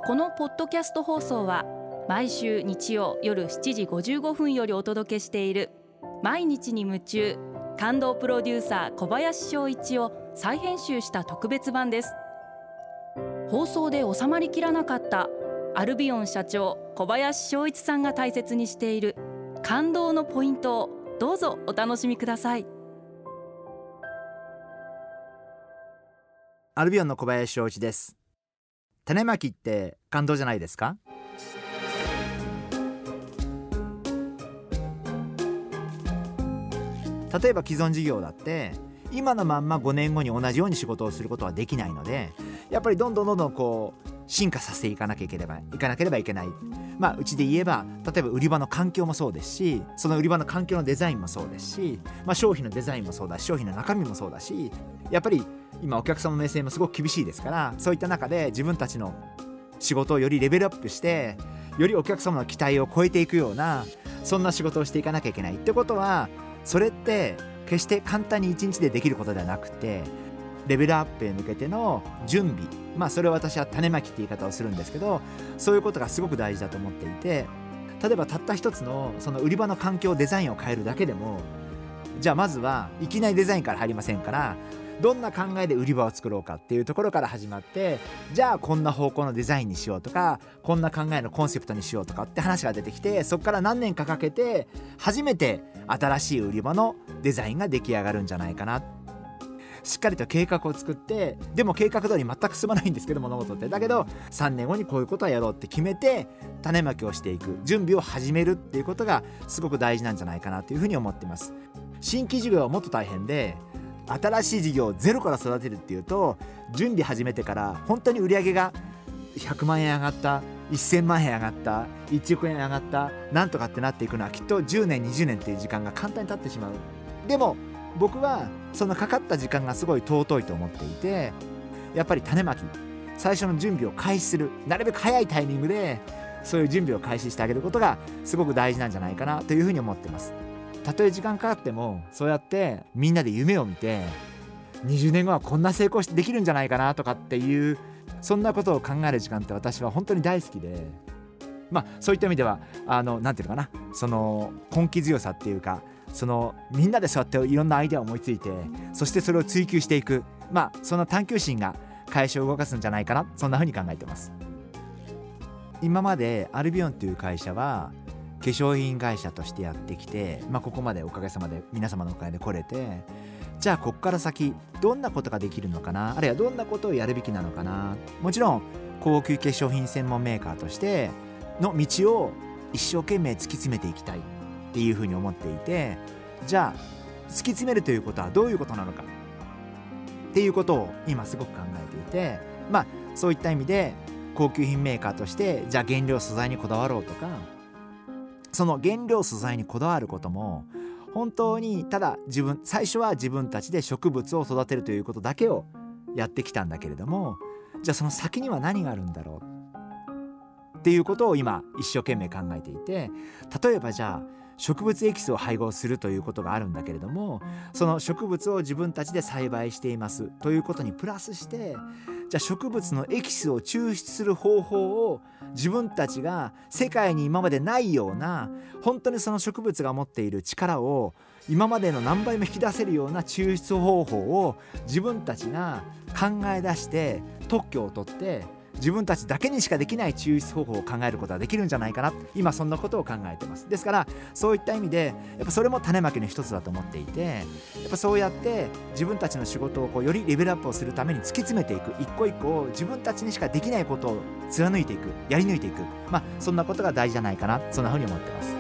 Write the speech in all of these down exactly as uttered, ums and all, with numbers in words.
このポッドキャスト放送は毎週日曜夜しちじごじゅうごふんよりお届けしている毎日に夢中感動プロデューサー小林翔一を再編集した特別版です。放送で収まりきらなかったアルビオン社長小林翔一さんが大切にしている感動のポイントをどうぞお楽しみください。 アルビオンの小林翔一です。種まきって感動じゃないですか？例えば既存事業だって今のまんまごねんごに同じように仕事をすることはできないので、やっぱりどんどんどんどんこう進化させていかなきゃいければいかなければいけない。まあうちで言えば例えば売り場の環境もそうですし、その売り場の環境のデザインもそうですし、まあ、商品のデザインもそうだし、商品の中身もそうだし、やっぱり今お客様の目線もすごく厳しいですから、そういった中で自分たちの仕事をよりレベルアップしてよりお客様の期待を超えていくような、そんな仕事をしていかなきゃいけないってことは、それって決して簡単に一日でできることではなくて、レベルアップへ向けての準備、まあそれを私は種まきって言い方をするんですけど、そういうことがすごく大事だと思っていて、例えばたった一つのその売り場の環境デザインを変えるだけでも、じゃあまずはいきなりデザインから入りませんから、どんな考えで売り場を作ろうかっていうところから始まって、じゃあこんな方向のデザインにしようとか、こんな考えのコンセプトにしようとかって話が出てきて、そこから何年かかけて初めて新しい売り場のデザインが出来上がるんじゃないかな。しっかりと計画を作って、でも計画通り全く進まないんですけど、物事ってだけどさんねんごにこういうことはやろうって決めて種まきをしていく、準備を始めるっていうことがすごく大事なんじゃないかなというふうに思っています。新規事業はもっと大変で、新しい事業をゼロから育てるっていうと、準備始めてから本当に売り上げがひゃくまんえん上がった、せんまんえん上がった、いちおくえん上がった、なんとかってなっていくのはきっとじゅうねんにじゅうねんっていう時間が簡単に経ってしまう。でも僕はそのかかった時間がすごい尊いと思っていて、やっぱり種まき、最初の準備を開始する、なるべく早いタイミングでそういう準備を開始してあげることがすごく大事なんじゃないかなというふうに思ってます。たとえ時間かかっても、そうやってみんなで夢を見てにじゅうねんごはこんな成功してできるんじゃないかなとかっていう、そんなことを考える時間って私は本当に大好きで、まあそういった意味ではあのなんていうのかな、その根気強さっていうか、そのみんなでそうやっていろんなアイデアを思いついて、そしてそれを追求していく、まあその探求心が会社を動かすんじゃないかな、そんな風に考えてます。今までアルビオンという会社は化粧品会社としてやってきて、まあ、ここまでおかげさまで皆様のおかげで来れて、じゃあここから先どんなことができるのかな、あるいはどんなことをやるべきなのかな。もちろん高級化粧品専門メーカーとしての道を一生懸命突き詰めていきたいっていうふうに思っていて、じゃあ突き詰めるということはどういうことなのかっていうことを今すごく考えていて、まあそういった意味で高級品メーカーとしてじゃあ原料素材にこだわろうとか、その原料素材にこだわることも本当にただ自分最初は自分たちで植物を育てるということだけをやってきたんだけれども、じゃあその先には何があるんだろうっていうことを今一生懸命考えていて、例えばじゃあ植物エキスを配合するということがあるんだけれども、その植物を自分たちで栽培していますということにプラスして、じゃあ植物のエキスを抽出する方法を自分たちが世界に今までないような、本当にその植物が持っている力を今までの何倍も引き出せるような抽出方法を自分たちが考え出して特許を取って、自分たちだけにしかできない抽出方法を考えることができるんじゃないかな、今そんなことを考えてます。ですからそういった意味でやっぱそれも種まきの一つだと思っていて、やっぱそうやって自分たちの仕事をこうよりレベルアップをするために突き詰めていく、一個一個自分たちにしかできないことを貫いていく、やり抜いていく、まあそんなことが大事じゃないかな、そんなふうに思ってます。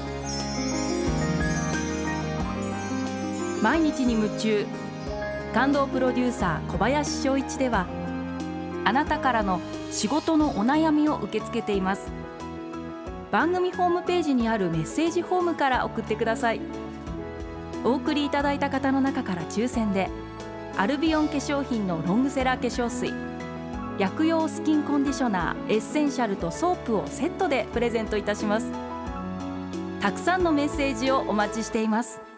毎日に夢中感動プロデューサー小林翔一では、あなたからの仕事のお悩みを受け付けています。番組ホームページにあるメッセージフォームから送ってください。お送りいただいた方の中から抽選でアルビオン化粧品のロングセラー化粧水、薬用スキンコンディショナーエッセンシャルとソープをセットでプレゼントいたします。たくさんのメッセージをお待ちしています。